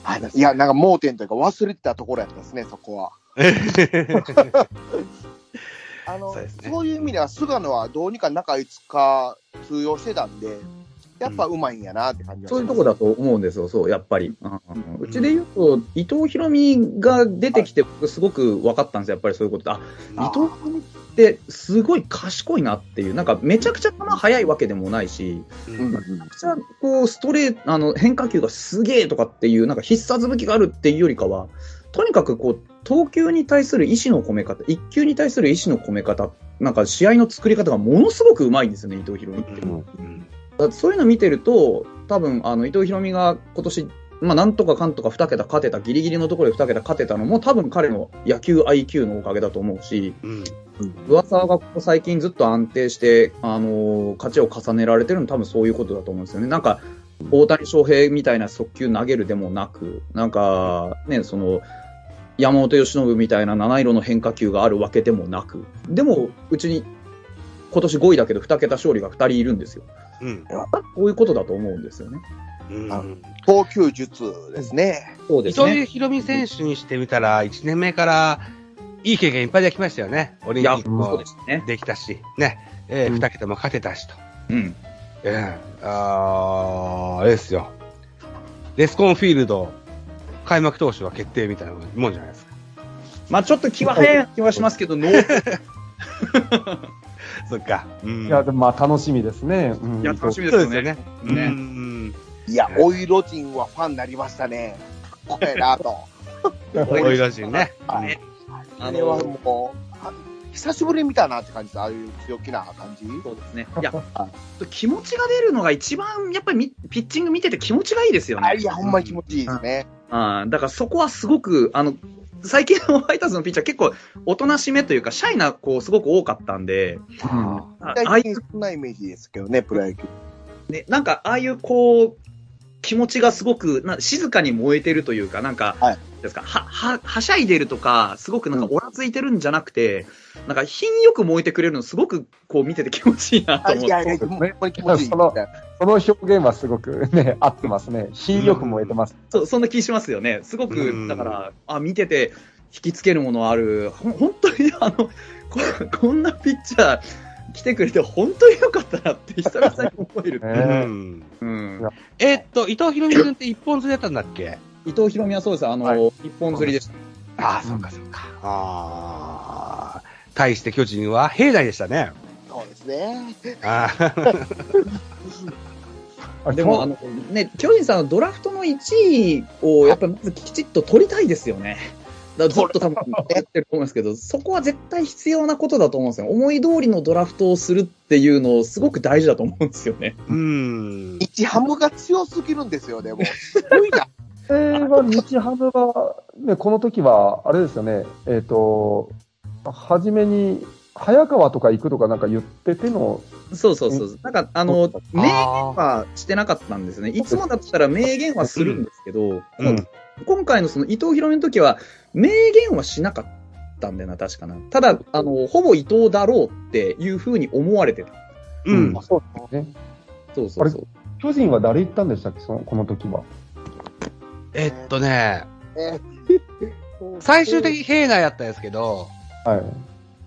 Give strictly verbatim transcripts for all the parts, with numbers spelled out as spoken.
あいや、なんか盲点というか忘れてたところやったですね、そこは。あの そう,、ね、そういう意味では菅野はどうにか中いつか通用してたんで、やっぱうまいんやなって感じがします、 そういうとこだと思うんですよ、そう、やっぱり。うん、うちで言うと、伊藤博美が出てきて、僕すごく分かったんですよ、やっぱりそういうこと。あ、伊藤博美ってすごい賢いなっていう、なんかめちゃくちゃ球速いわけでもないし、うん、めちゃくちゃこうストレート、あの変化球がすげえとかっていう、なんか必殺武器があるっていうよりかは、とにかくこう、投球に対する意思の込め方、一球に対する意思の込め方、なんか試合の作り方がものすごくうまいんですよね、伊藤博美って。うんうん、そういうの見てると、多分あの伊藤博美が今年、まあ、なんとかかんとかに桁勝てた、ギリギリのところでに桁勝てたのも、多分彼の野球 アイキュー のおかげだと思うし、うん、上沢が最近ずっと安定して、あのー、勝ちを重ねられてるの多分そういうことだと思うんですよね。なんか大谷翔平みたいな速球投げるでもなく、なんかね、その山本由伸みたいな七色の変化球があるわけでもなく、でもうちに今年ごいだけどに桁勝利がふたりいるんですよ。うん、こういうことだと思うんですよね。 うん、投球術ですね。 そうですね。伊藤博美選手にしてみたら、いちねんめからいい経験いっぱいできましたよね。オリンピックもできたし、ね、えー、に桁も勝てたしと。うん。えー、あー、あれですよ。レスコンフィールド、開幕投手は決定みたいなもんじゃないですか。 まあちょっと気は早い気はしますけど、ノー。 そっか。 うん、いや、でもまあ楽しみですね。 うん、いや、楽しみですよね。ね。 うん、いや、オイロ人はファンになりましたね。これなと。 オイロ人ね。 あれはもう、久しぶりに見たなって感じです。ああいう強気な感じ。 そうですね。いや、気持ちが出るのが一番、やっぱりピッチング見てて気持ちがいいですよね。 いや、ほんまに気持ちいいですね。 うん、あだからそこはすごく、あの、最近のファイターズのピッチャー結構おとなしめというかシャイな子すごく多かったんで、うん、 ああいうそんなイメージですけどね、プロ野球。 ね、なんかああいうこう気持ちがすごくな静かに燃えてるというか、なんか、はい、ですか、は、は、はしゃいでるとか、すごくなんかオラついてるんじゃなくて、うん、なんか品よく燃えてくれるのすごくこう見てて気持ちいいなと思って。いやいや、 気持ちいい。その、その表現はすごくね、合ってますね。品よく燃えてます。 うん、そう、そんな気しますよね。すごく、だから、あ、見てて引きつけるものある。ほ、本当にあの、こ、こんなピッチャー、来てくれて本当に良かったなって久々に思える。 うんうん、えー、っと、伊藤博美君って一本釣りだったんだっけ？ 伊藤博美はそうです。あの、はい、一本釣りでした。 ああ、そうかそうか。ああ。対して巨人は平内でしたね。 そうですね。 ああ。でも、あの、ね、巨人さんのドラフトのいちいをやっぱりまずきちっと取りたいですよね。だずっと多分やってると思うんですけど、そこは絶対必要なことだと思うんですよ。思い通りのドラフトをするっていうのをすごく大事だと思うんですよね。 うん。日ハムが強すぎるんですよね、もう。すごいな。 えー、日ハムが、ね、この時は、あれですよね、えっと、初めに、早川とか行くとかなんか言ってての。 そうそうそう。なんか、あの、明言はしてなかったんですね。いつもだったら明言はするんですけど、うんうん、今回のその伊藤博美の時は、明言はしなかったんだよな、確かな。ただ、あの、ほぼ伊藤だろうっていうふうに思われてた。 うん。あ、そうですね。 そうそうそう。 巨人は誰言ったんでしたっけ、その、この時は。 えっとね、最終的に平内やったんですけど、 はい。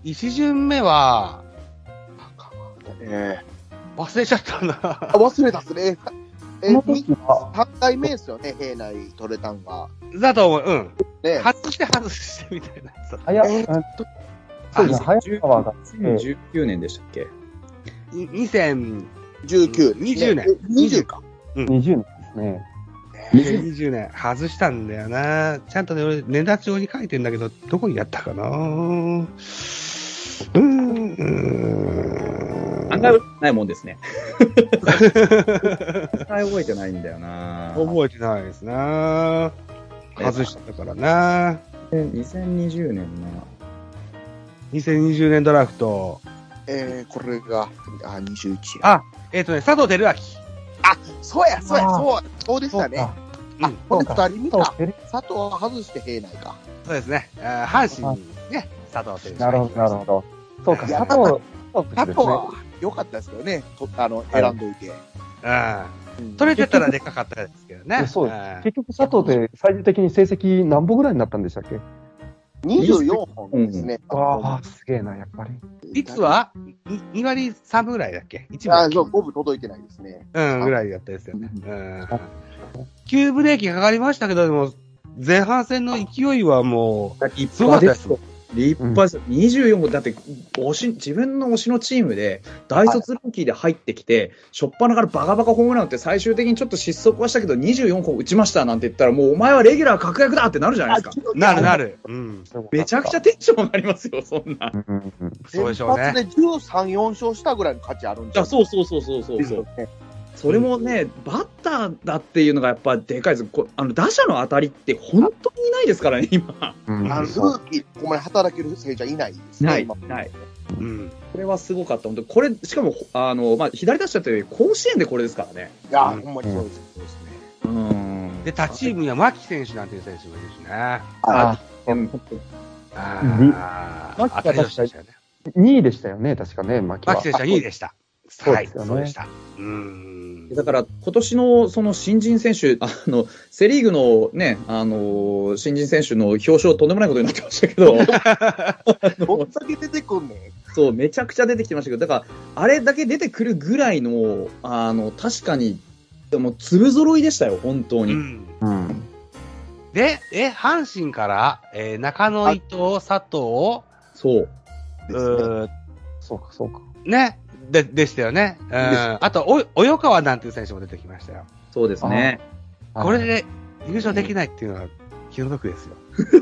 一巡目は、 えー、忘れちゃったな。 忘れたっすね。えー、さんかいめですよね、平内取れたんが。 だと思う、うん。ね、外して外してみたいな。 早、えー、っと、そうですね、早川が。 にせんじゅうきゅうねんでしたっけ？ にせんじゅうきゅう。 にじゅうねん。 にじゅうか。 うん。にじゅうねんですね。 にせんにじゅうねん外したんだよな。ちゃんとね、俺、ネタ帳に書いてんだけど、どこにやったかな。うーん。 案外ないもんですね。案外覚えてないんだよな。 覚えてないですな。外したからな。 にせんにじゅうねんな。 にせんにじゅうねんドラフト。 えー、これが、あ、にじゅういち。 あ、えっとね、佐藤輝明。 あ、そうや、そうや、そう、そうでしたね。あ、これ二人見た。佐藤は外して平内か。 そうですね。阪神にね、佐藤輝明。 なるほど、なるほど。そうか、佐藤、 佐藤は良かったですけどね、あの、選んどいて。 ああ。 取れてたらでかかったですけどね。 そうです。結局、佐藤で最終的に成績何本ぐらいになったんでしたっけ？ にじゅうよんほんですね。 ああ、すげえな、やっぱり。 率はにわりさんぶぐらいだっけ？ いちああ、そう、ごぶ届いてないですね。 うん、ぐらいだったですよね。うん。急ブレーキかかりましたけど、でも、前半戦の勢いはもう、すごかったです。 立派です。うん、にじゅうよんほん、だって、推し、自分の推しのチームで、大卒ルーキーで入ってきて、しょっぱなからバカバカホームラン打って、最終的にちょっと失速はしたけど、にじゅうよんほん打ちましたなんて言ったら、もうお前はレギュラー確約だってなるじゃないですか。 なるなる。うん。 めちゃくちゃテンション上がりますよ、そんな。うんうんうん、そうでしょうね。 一発でじゅうさん、よん勝したぐらいの価値あるんじゃん。そうそうそうそうそうそう。それもね、バッターだっていうのがやっぱでかいです。こあの打者の当たりって本当にいないですからね、今。 うん、あのルーキー、ここまで働ける選手はいないですね。 ない、ない。うん。これはすごかった。本当これ、しかも、あの、まあ、左打者というより甲子園でこれですからね。 いや、うん、ほんまにそうですね。 うん。 で、他チームには牧選手なんていう選手もいるしね。ああ、うん。 ああ、当たり年でしたよね。 にいでしたよね、確かね、牧は。 牧選手はにいでした。はい、そうでした。 うん。だから、今年のその新人選手、あの、セリーグのね、あの、新人選手の表彰とんでもないことになってましたけど。 どんだけ出てくんねん。 そう、めちゃくちゃ出てきてましたけど、だから、あれだけ出てくるぐらいの、あの、確かに、もう粒揃いでしたよ、本当に。うん。 うん、で、え、阪神から、えー、中野、伊藤、佐藤、 そう。 うそうか、そうか。 ね。で、でしたよね。うん。あと、お、及川なんていう選手も出てきましたよ。 そうですね。 これで優勝できないっていうのは気の毒ですよ。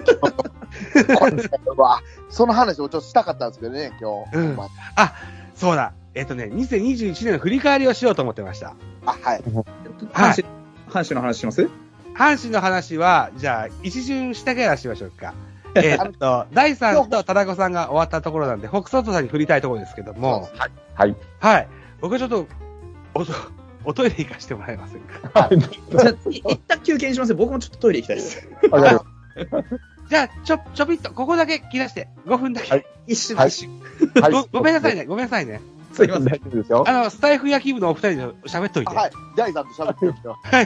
その話をちょっとしたかったんですけどね、今日。うん、 あ、そうだ。えっとね、にせんにじゅういちねんの振り返りをしようと思ってました。 あ、はい。 阪神、阪神の話します？ 阪神の話は、じゃあ、一巡してからしましょうか。えっと、大さんと田中さんが終わったところなんで、北里さんに振りたいところですけども。 はい。はい。 はい。僕はちょっと、お、おトイレ行かしてもらえませんか？ はい。じゃあ、一旦休憩にしますよ。僕もちょっとトイレ行きたいです。 じゃあ、ちょ、ちょびっと、ここだけ切らして、ごふんだけ。はい、 一瞬、はい、一瞬。 ご、ごめんなさいね、ごめんなさいね。 すいません。大丈夫ですよ。 あの、スタイフ野球部のお二人で喋っといて。 はい。大さんと喋ってるよ。はい。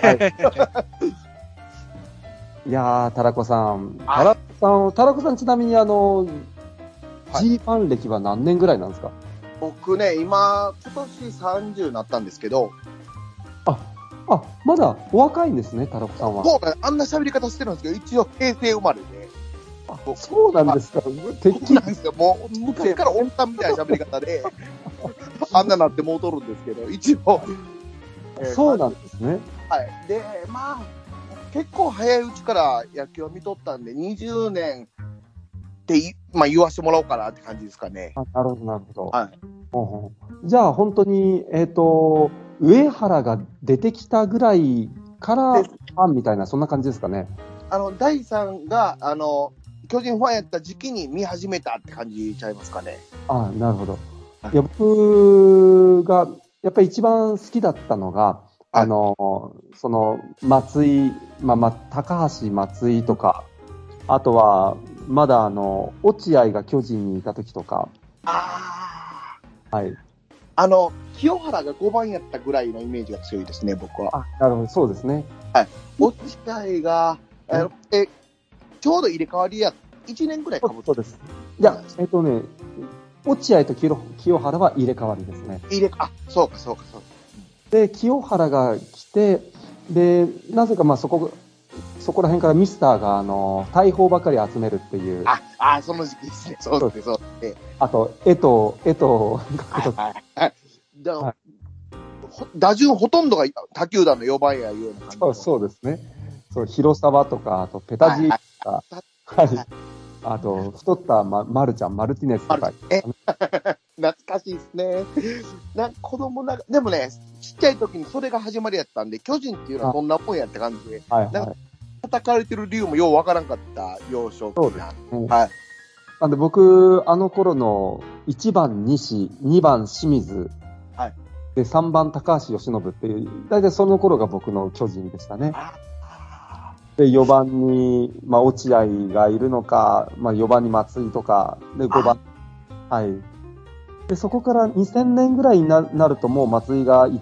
いやー、タラコさん。タラコさん、タラコさんちなみにあの、はい、G ファン歴は何年ぐらいなんですか？ 僕ね、今、今年さんじゅうになったんですけど。 あ、あ、まだお若いんですね、タラコさんは。 そうだね。あんな喋り方してるんですけど、一応平成生まれで。 あ、そうなんですか。 敵なんですよ。もう、昔から女みたいな喋り方で、あんななってもうとるんですけど、一応。 えー、そうなんですね。 はい。で、まあ、結構早いうちから野球を見とったんで、にじゅうねんってまあ、言わせてもらおうかなって感じですかね。 あ、なるほど、なるほど。 はい。 ほうほう。じゃあ、本当に、えっと、上原が出てきたぐらいからファンみたいな、そんな感じですかね。 あの、大さんが、あの、巨人ファンやった時期に見始めたって感じちゃいますかね。 あ、なるほど。いや、僕が、やっぱり一番好きだったのが、あの、その、松井、まあ、まあ、高橋松井とか、あとは、まだあの、落合が巨人にいた時とか。 ああ。はい。 あの、清原がごばんやったぐらいのイメージが強いですね、僕は。 あ、なるほど、そうですね。 はい。落合が、え、えちょうど入れ替わりや、いちねんぐらいかぶって。 そうです。いや、えっとね、落合と清原は入れ替わりですね。 入れ、あ、そうか、そうか、そうか。 で、清原が来て、で、なぜかまあそこ、そこら辺からミスターが、あの、大砲ばかり集めるっていう。 あ、あ、その時期ですね。そうです、そうです。 あと、江藤、江藤が、はいはい。だはい、打順ほとんどが他球団のよばんやいうような感じ。 そう、そうですね。そう、広沢とか、あと、ペタジーとか、はい。はい、あと、太った、ま、マルちゃん、マルティネスとか。 え懐かしいですね。な子供な、でもね、ちっちゃい時にそれが始まりやったんで、巨人っていうのはそんなもんやって感じで、はいはい、なんか叩かれてる理由もようわからんかった幼少期な。うん、はい。 なんで僕、あの頃のいちばん西、にばん清水、はい、でさんばん高橋由伸っていう、だいたいその頃が僕の巨人でしたね。で、よばんに、まあ、落合がいるのか、まあ、よばんに松井とか、で、ごばん、はい。 で、そこからにせんねんぐらいにななるともう松井が行って、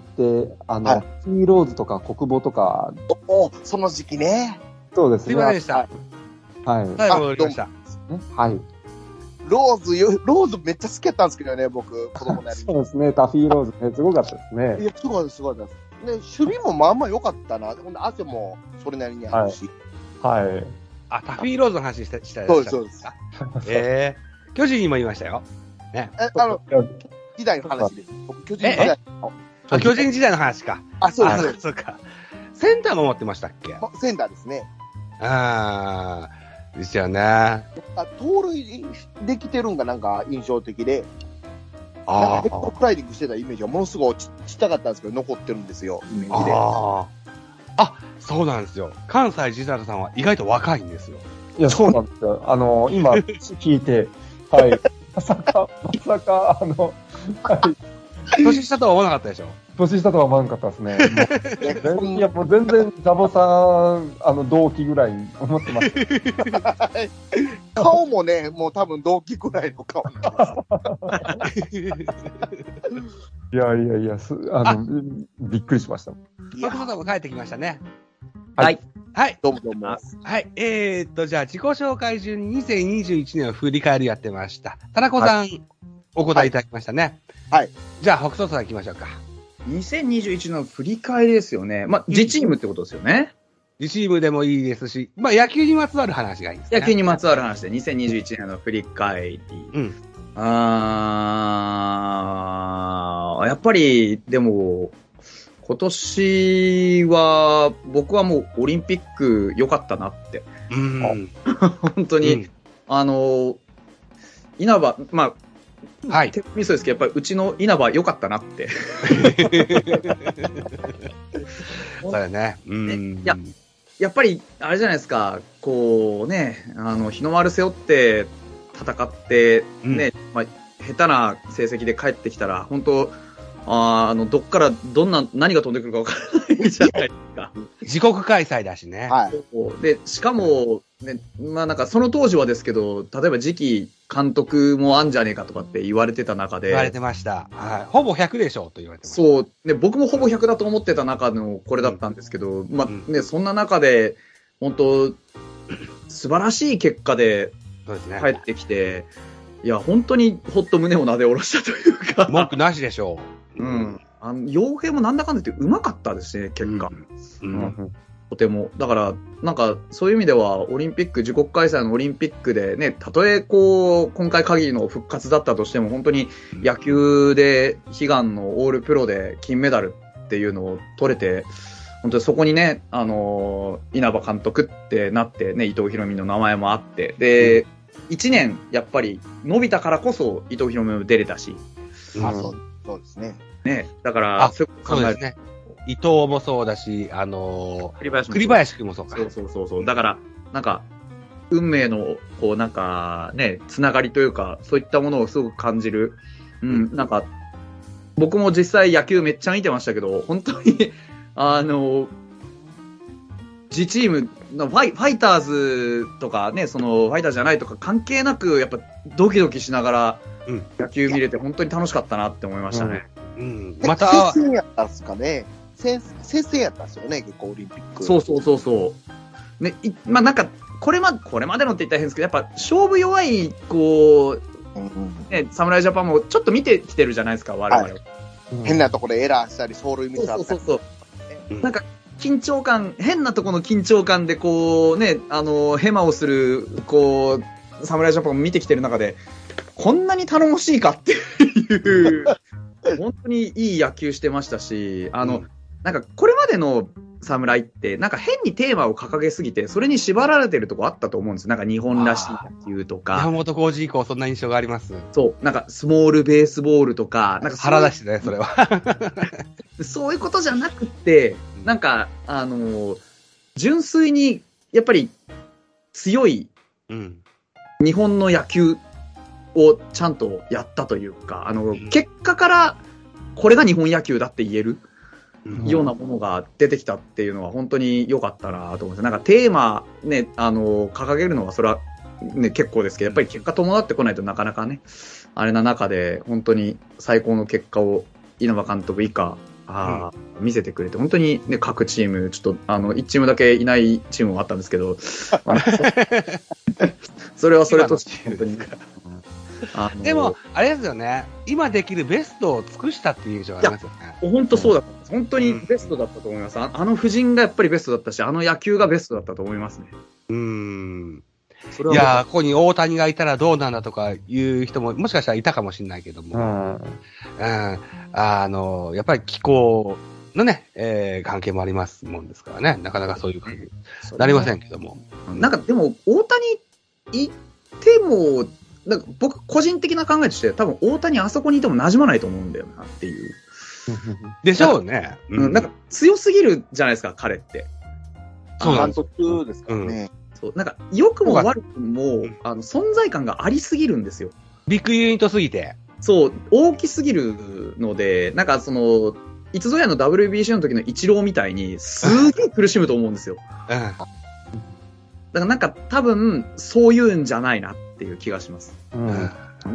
あの、はい、ヒーローズとか国母とか。 おその時期ね。 そうですね。 すいませんでした。はい。 はい。 はい、わかりました。 はい。 ローズ、ローズめっちゃ好きやったんですけどね、僕、子供なりに。 そうですね、タフィーローズね、すごかったですね。 いや、すごいです、すごいです。ね、守備もまあまあ良かったな。ほんで、汗もそれなりにあるし。 はい。はい、 あ、タフィーローズの話したしたそうです、そうです。 ええー、巨人にも言いましたよ。ね。 え、あの、時代の話です。僕、巨人時代の。 あ、巨人時代の話か。 あ、そうです。 そうか。センターも持ってましたっけ？ センターですね。 ああ。ですよね。 あ、盗塁できてるんがなんか印象的で、ああ。ヘッドスライディングしてたイメージがものすごいちっちゃかったんですけど、残ってるんですよ、イメージで。 ああ。そうなんですよ。関西ジザルさんは意外と若いんですよ。 いや、そうなんですよ。あの、今、聞いて、はい。まさか、まさか、あの、はい。 年下とは思わなかったでしょ？ 年下とは思わなかったですね。いや、もう全然、ザボさん、あの、同期ぐらいに思ってます。 顔もね、もう多分同期ぐらいの顔なんです。 いやいやいや、すあのびっくりしました。 松本さんも帰ってきましたね。 はい。 はい。 どうもどうも。 はい。えー、っと、じゃあ、自己紹介順にせんにじゅういちねんを振り返りやってました。田中さん、はい、お答えいただきましたね。 はい。 じゃあ、北斗さん行きましょうか。 にせんにじゅういちねんの振り返りですよね。まあ、自チームってことですよね。 自チームでもいいですし、まあ、野球にまつわる話がいいですね。 野球にまつわる話で、にせんにじゅういちねんの振り返り。うん。あー、やっぱり、でも、今年は、僕はもうオリンピック良かったなって。 うん。 本当に、うん、あの、稲葉、まあ、 はい。 手みそですけど、やっぱりうちの稲葉良かったなって。 そうだね。うん。 ね、いや、やっぱり、あれじゃないですか、こうね、あの、日の丸背負って戦って、ね、うん、まあ、下手な成績で帰ってきたら、本当、あ, あの、どっからどんな、何が飛んでくるかわからないじゃないですか。 自国開催だしね。 はい。 で、しかも、ね、まあなんかその当時はですけど、例えば次期監督もあんじゃねえかとかって言われてた中で。 言われてました。はい。ほぼひゃくでしょうと言われてました。 そう。ね、僕もほぼひゃくだと思ってた中のこれだったんですけど、うん、まあね、そんな中で、本当素晴らしい結果で帰ってきて、いや、本当にほっと胸をなで下ろしたというか。 文句なしでしょう。うん。あの、傭兵もなんだかんだ言ってうまかったですね、結果。うん。うん、とても。だから、なんか、そういう意味では、オリンピック、自国開催のオリンピックでね、たとえこう、今回限りの復活だったとしても、本当に野球で悲願のオールプロで金メダルっていうのを取れて、本当にそこにね、あのー、稲葉監督ってなってね、伊藤大海の名前もあって、で、うん一年、やっぱり、伸びたからこそ、伊藤大海も出れたし。 あ、そう、そうですね。 ね。だから、 そう考えるとね。伊藤もそうだし、あのー、栗林も。栗林君もそうか。 そうそうそうそう。だから、なんか、運命の、こう、なんか、ね、つながりというか、そういったものをすごく感じる。うん、なんか、僕も実際野球めっちゃ見てましたけど、本当に、あのー、自チームのファイ、ファイターズとかね、そのファイターズじゃないとか関係なく、やっぱドキドキしながら野球見れて本当に楽しかったなって思いましたね。 うん。うん、また。 接戦やったんすかね。接戦やったんですよね、結構オリンピック。 そうそうそうそう。ね、いまあなんか、これま、これまでのって言ったら変ですけど、やっぱ勝負弱い、こう、うんうん、ね、侍ジャパンもちょっと見てきてるじゃないですか、我々は。はい、 変なところでエラーしたり、走塁ミスあったり。 そうそうそうそう。なんか、緊張感、変なところの緊張感で、こうね、あの、ヘマをする、こう、侍ジャパンを見てきてる中で、こんなに頼もしいかっていう、本当にいい野球してましたし、あの、うん、なんかこれまでの侍って、なんか変にテーマを掲げすぎて、それに縛られてるとこあったと思うんですよ。なんか日本らしい野球とか。 山本浩二以降、そんな印象があります。 そう。なんかスモールベースボールとか、なんか腹出してね、それは。 そういうことじゃなくて、なんか、あのー、純粋に、やっぱり強い、日本の野球をちゃんとやったというか、あの、うん、結果からこれが日本野球だって言えるようなものが出てきたっていうのは本当に良かったなと思います。なんかテーマね、あの、掲げるのはそれはね、結構ですけど、やっぱり結果伴ってこないとなかなかね、あれな中で、本当に最高の結果を稲葉監督以下、あうん、見せてくれて、本当にね、各チーム、ちょっと、あの、いちチームだけいないチームもあったんですけど、それはそれとして、本当に。 でも、あれですよね、今できるベストを尽くしたっていう印象がありますよね。 本当そうだったんです。本当にベストだったと思います。あの布陣がやっぱりベストだったし、あの野球がベストだったと思いますね。 うーん。いやー、ここに大谷がいたらどうなんだとかいう人も、もしかしたらいたかもしれないけども、うん、うん、あの、やっぱり気候のね、えー、関係もありますもんですからね、なかなかそういう感じになりませんけども。 なんかでも、大谷いても、なんか僕、個人的な考えとして、多分大谷あそこにいても馴染まないと思うんだよなっていう。 でしょうね。 うん、なんか強すぎるじゃないですか、彼って。 そうなんです。監督ですからね。 そうなんか、良くも悪くも、あの、存在感がありすぎるんですよ。 ビッグユニットすぎて。 そう、大きすぎるので、なんかその、いつぞやの ダブリュービーシー の時のイチローみたいに、すげえ苦しむと思うんですよ。うん。だからなんか多分、そういうんじゃないなっていう気がします。うん。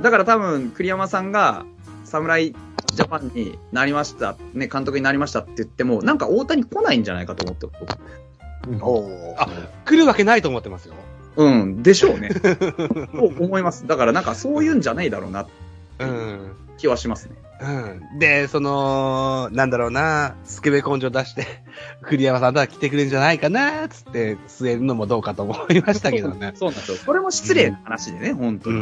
だから多分、栗山さんが、侍ジャパンになりました、ね、監督になりましたって言っても、なんか大谷来ないんじゃないかと思ってる。 うん、あ、来るわけないと思ってますよ。 うん、でしょうね。と思います。だからなんかそういうんじゃないだろうなっていう気はしますね。 うん。で、その、なんだろうな、スケベ根性出して、栗山さんとは来てくれるんじゃないかな、つって据えるのもどうかと思いましたけどね。 そうなんですよ。それも失礼な話でね、うん、本当に。うん。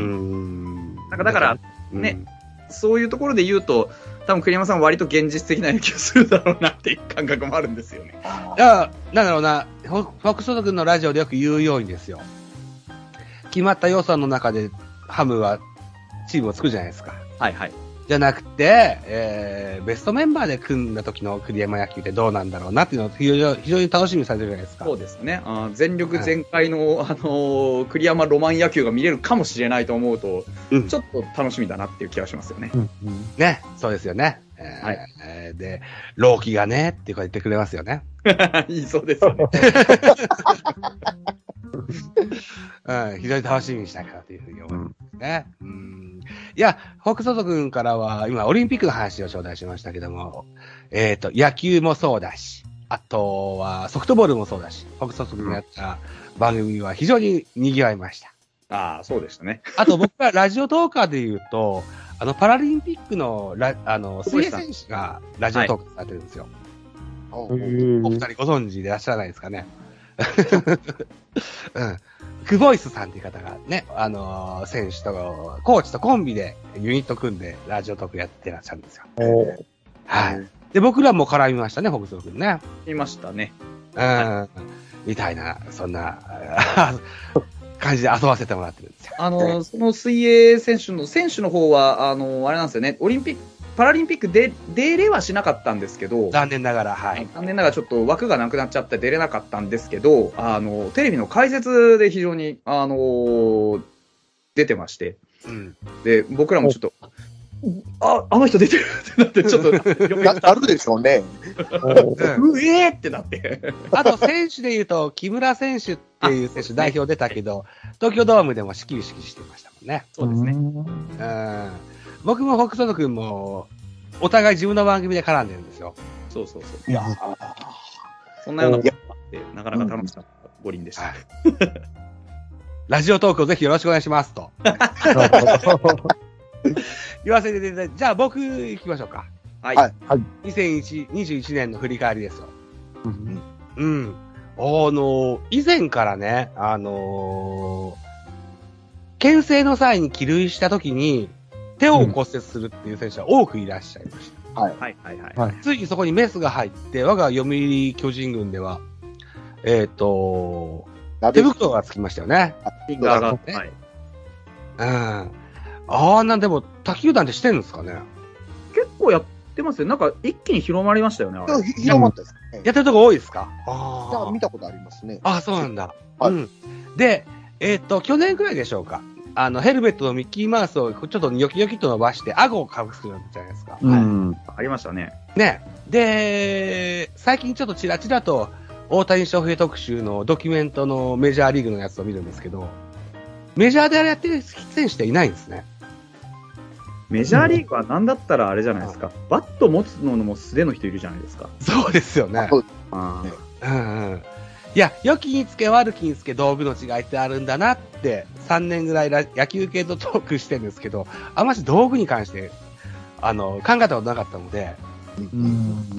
なんかだから、ね、うん、そういうところで言うと、多分栗山さんは割と現実的な野球するだろうなっていう感覚もあるんですよね。 いや、なんだろうな、フォックストロックのラジオでよく言うようにですよ。決まった予算の中でハムはチームを作るじゃないですか。 はいはい。 じゃなくて、えー、ベストメンバーで組んだ時の栗山野球ってどうなんだろうなっていうのを非常に非常に楽しみにされてるじゃないですか。 そうですね。あ全力全開の、はい、あのー、栗山ロマン野球が見れるかもしれないと思うと、うん、ちょっと楽しみだなっていう気がしますよね。うんうん、ね、そうですよね。えーはいえー、で、朗希がねっていうか言ってくれますよね。 いいそうですよね。 うん、非常に楽しみにしたいかなというふうに思いますね。うん、うんいや、フォックストロック君からは、今、オリンピックの話を頂戴しましたけども、えっと、野球もそうだし、あとはソフトボールもそうだし、フォックストロック君がやった番組は非常に賑わいました。 ああ、そうでしたね。 あと僕はラジオトーカーで言うと、あの、パラリンピックのラ、あの、水泳選手がラジオトークされてるんですよ。はい、お二人ご存知でいらっしゃらないですかね。うん。クボイスさんっていう方がね、あのー、選手と、コーチとコンビでユニット組んでラジオトークやってらっしゃるんですよ。はい。で、僕らも絡みましたね、北斗君ね。 いましたね。 うん。はい、みたいな、そんな、感じで遊ばせてもらってるんですよ。 あのー、その水泳選手の、選手の方は、あのー、あれなんですよね、オリンピック、パラリンピックで出れはしなかったんですけど、 残念ながら、はい。 残念ながらちょっと枠がなくなっちゃって出れなかったんですけど、あの、テレビの解説で非常に、あの、出てまして、うん、で、僕らもちょっと、あ、あの人出てるってなって、ちょっと、 あるでしょうね。 うえーってなって。 あと、選手で言うと、木村選手っていう選手代表出たけど、東京ドームでも始球式してましたもんね。 そうですね。 うん僕も北斗君も、お互い自分の番組で絡んでるんですよ。 そうそうそう。いやそんなようなことがあって、なかなか楽しかった五輪でした。 ラジオトークをぜひよろしくお願いしますと。言わせていただいて、じゃあ僕行きましょうか。 はい。はい。 にせんにじゅういちねんの振り返りですよ。うん。うん。あの、以前からね、あのー、牽制の際に帰塁した時に、手を骨折するっていう選手は多くいらっしゃいました。 はい。はい。はい。 ついにそこにメスが入って、我が読売巨人軍では、えっ、ー、と、手袋がつきましたよね。 フィンガーが。 ね、はい。うん。ああ、なんでも、他球団でしてるんですかね。 結構やってますよ。なんか一気に広まりましたよね。 あれ広まったですね。 やってるとこ多いですか。ああ。見たことありますね。 ああ、そうなんだ。はい。うん、で、えっ、ー、と、去年くらいでしょうか。あの、ヘルメットのミッキーマウスをちょっとニョキニョキっと伸ばして、顎を隠すじゃないですか。 うん。はい、ありましたね。 ね。で、最近ちょっとチラチラと、大谷翔平特集のドキュメントのメジャーリーグのやつを見るんですけど、 メジャーであれやってる選手っていないんですね。 メジャーリーグはなんだったらあれじゃないですか。バット持つのも素手の人いるじゃないですか。 そうですよね。あうんうん。いや、良きにつけ悪きにつけ道具の違いってあるんだなって、さんねんぐらい野球系とトークしてるんですけど、あまし道具に関して、あの、考えたことなかったので、 うん、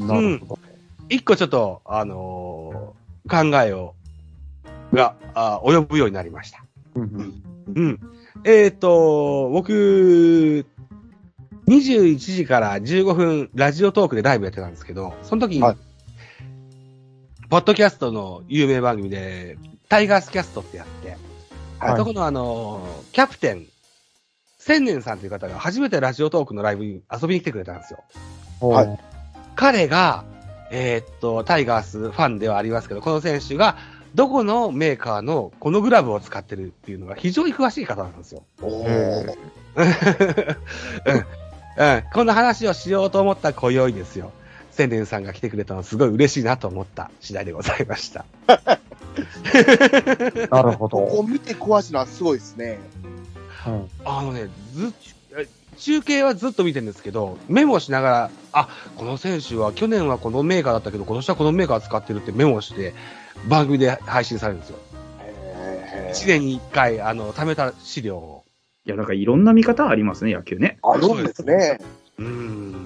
なるほど。 一個ちょっと、あのー、考えを、が、あ及ぶようになりました。うん。うん。えっ、ー、と、僕、にじゅういちじからじゅうごふんラジオトークでライブやってたんですけど、その時に、はい、ポッドキャストの有名番組で、タイガースキャストってやって、はい、そこのあの、キャプテン、千年さんという方が初めてラジオトークのライブに遊びに来てくれたんですよ。はい。彼が、えー、っと、タイガースファンではありますけど、この選手が、どこのメーカーのこのグラブを使ってるっていうのが非常に詳しい方なんですよ。おー。うんうん、こんな話をしようと思った今宵ですよ。千年さんが来てくれたのはすごい嬉しいなと思った次第でございました。 なるほど。 ここ見て壊すのはすごいですね。 うん、あのね、ず中継はずっと見てるんですけど、メモしながら、あ、この選手は去年はこのメーカーだったけど、今年はこのメーカー使ってるってメモして、番組で配信されるんですよ。いちねんにいっかい、あの、貯めた資料を。 いや、なんかいろんな見方ありますね、野球ね。 あるんですね。 うん。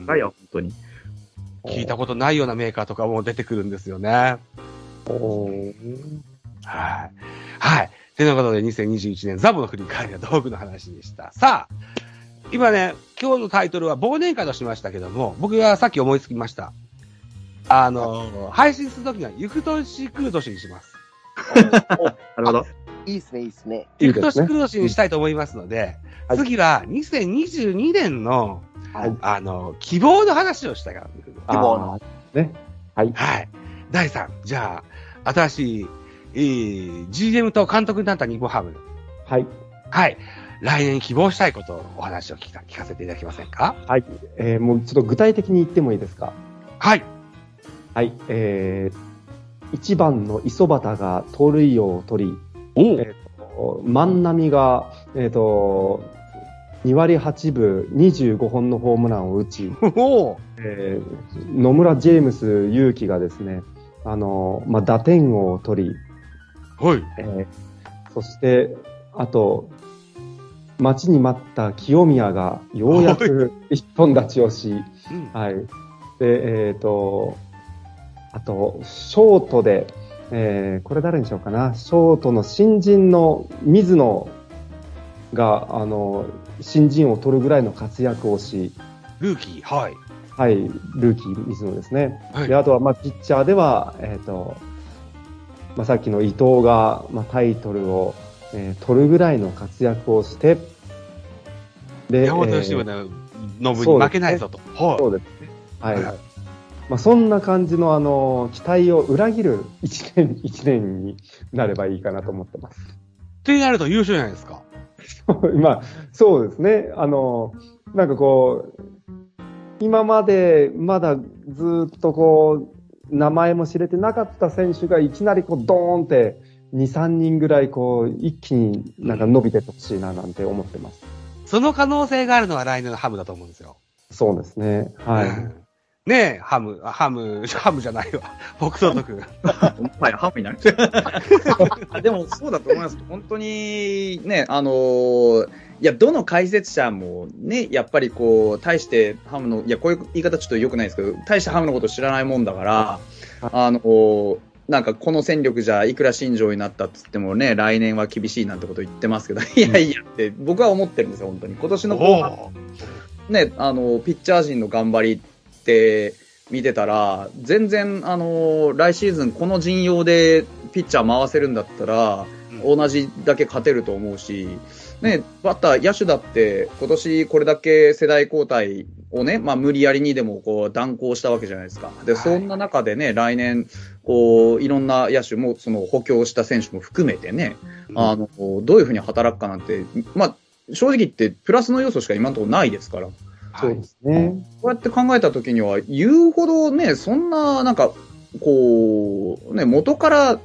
いや、本当に。 聞いたことないようなメーカーとかも出てくるんですよね。おー。はい。はい。ということで、にせんにじゅういちねんザボの振り返りは道具の話でした。さあ、今ね、今日のタイトルは忘年会としましたけども、僕がさっき思いつきました。あの、配信するときには、ゆく年来る年にします。 なるほど。 いいですね、いいですね。 ゆく年来る年にしたいと思いますので、はい、次はにせんにじゅうにねんの、はい、あの、希望の話をしたいから。 希望の。ね。はい。 はい。だいさん、じゃあ、新しい、えー、ジーエム と監督になった日本ハム。 はい。 はい。来年希望したいことをお話を聞か聞かせていただけませんか？ はい。えー、もうちょっと具体的に言ってもいいですか？ はい。 はい。えー、いちばんの磯端が盗塁王を取り、えー、万波が、えっ、ー、と、にわりはちぶにじゅうごほんのホームランを打ち、えー、野村ジェームス勇輝がですね、あの、まあ、打点王を取り、 はい。 えー、そして、あと、待ちに待った清宮がようやく一本立ちをし、はい。で、えっ、ー、と、あと、ショートで、えー、これ誰にしようかな。ショートの新人の水野が、あの、新人を取るぐらいの活躍をし。 ルーキー、はい。 はい、ルーキー水野ですね。はい、で、あとは、まあ、ピッチャーでは、えっ、ー、と、まあ、さっきの伊藤が、まあ、タイトルを、えー、取るぐらいの活躍をして、 で、山本由伸のノブに負けないぞと。 そうですね。はい。はい、まあ、そんな感じの、あの、期待を裏切る一年、一年になればいいかなと思ってます。 ってなると優勝じゃないですか。 まあ、そうですね。あの、なんかこう、今までまだずっとこう、名前も知れてなかった選手がいきなりこう、ドーンって、に、さんにんぐらいこう、一気になんか伸びてってほしいななんて思ってます。 その可能性があるのは来年のハムだと思うんですよ。 そうですね。はい。うん、 ねえ、ハム、ハム、ハムじゃないわ。北斗とくん。 はい、ハムになる。でも、そうだと思います。本当に、ね、あのー、いや、どの解説者もね、やっぱりこう、大してハムの、いや、こういう言い方ちょっと良くないですけど、大してハムのこと知らないもんだから、あのー、なんかこの戦力じゃいくら新庄になったって言ってもね、来年は厳しいなんてこと言ってますけど、いやいやって僕は思ってるんですよ、本当に。今年の後半、ね、あの、ピッチャー陣の頑張りって見てたら、全然、あの、来シーズンこの陣容でピッチャー回せるんだったら、同じだけ勝てると思うし、ね、バッター、野手だって今年これだけ世代交代をね、まあ無理やりにでもこう断行したわけじゃないですか。で、そんな中でね、来年、こう、いろんな野手も、その補強した選手も含めてね、うん、あの、どういうふうに働くかなんて、まあ、正直言ってプラスの要素しか今のところないですから。 そうですね。 こうやって考えたときには、言うほどね、そんな、なんか、こう、ね、元から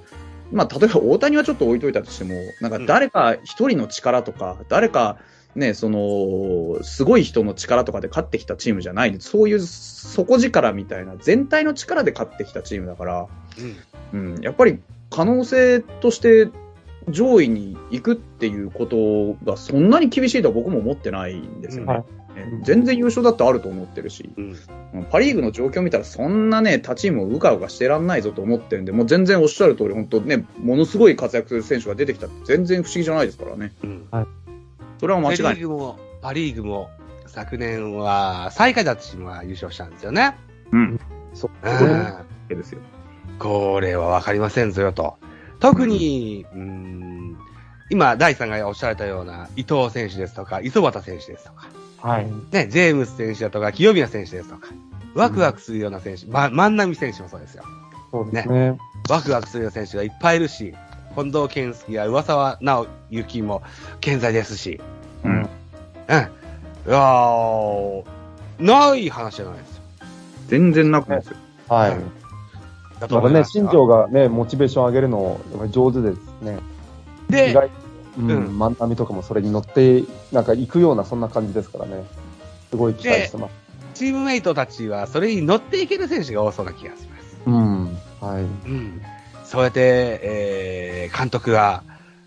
まあ、例えば大谷はちょっと置いといたとしても、なんか誰か一人の力とか、うん、誰かね、その、すごい人の力とかで勝ってきたチームじゃない、そういう底力みたいな全体の力で勝ってきたチームだから、うん、うん、やっぱり可能性として上位に行くっていうことがそんなに厳しいとは僕も思ってないんですよね。うん、全然優勝だってあると思ってるし、うん、パリーグの状況を見たらそんなね、他チームをうかうかしてらんないぞと思ってるんで、もう全然おっしゃる通り、本当ね、ものすごい活躍する選手が出てきたって全然不思議じゃないですからね。うん、はい、それは間違いない。 パリーグも、パリーグも昨年は最下位だったチームが優勝したんですよね。 うん。そう。そうですよ。 これはわかりませんぞよと。特に、うん、うーん今、第三がおっしゃられたような伊藤選手ですとか、磯端選手ですとか、はい。ね、ジェームス選手だとか、清宮選手ですとか、ワクワクするような選手、うん、ま、万波選手もそうですよ。 そうですね。ね、 ワクワクするような選手がいっぱいいるし、近藤健介や上沢直之も健在ですし、うん。うん。いやー、ない話じゃないですよ。 全然なくないですよ。 はい。うんだからね、新庄がね、モチベーション上げるの上手ですね。 で、 意外うん、うん、万波とかもそれに乗って、なんか行くような、そんな感じですからね。すごい期待してます。 チームメイトたちは、それに乗っていける選手が多そうな気がします。 うん。はい。うん。そうやって、えー、監督が、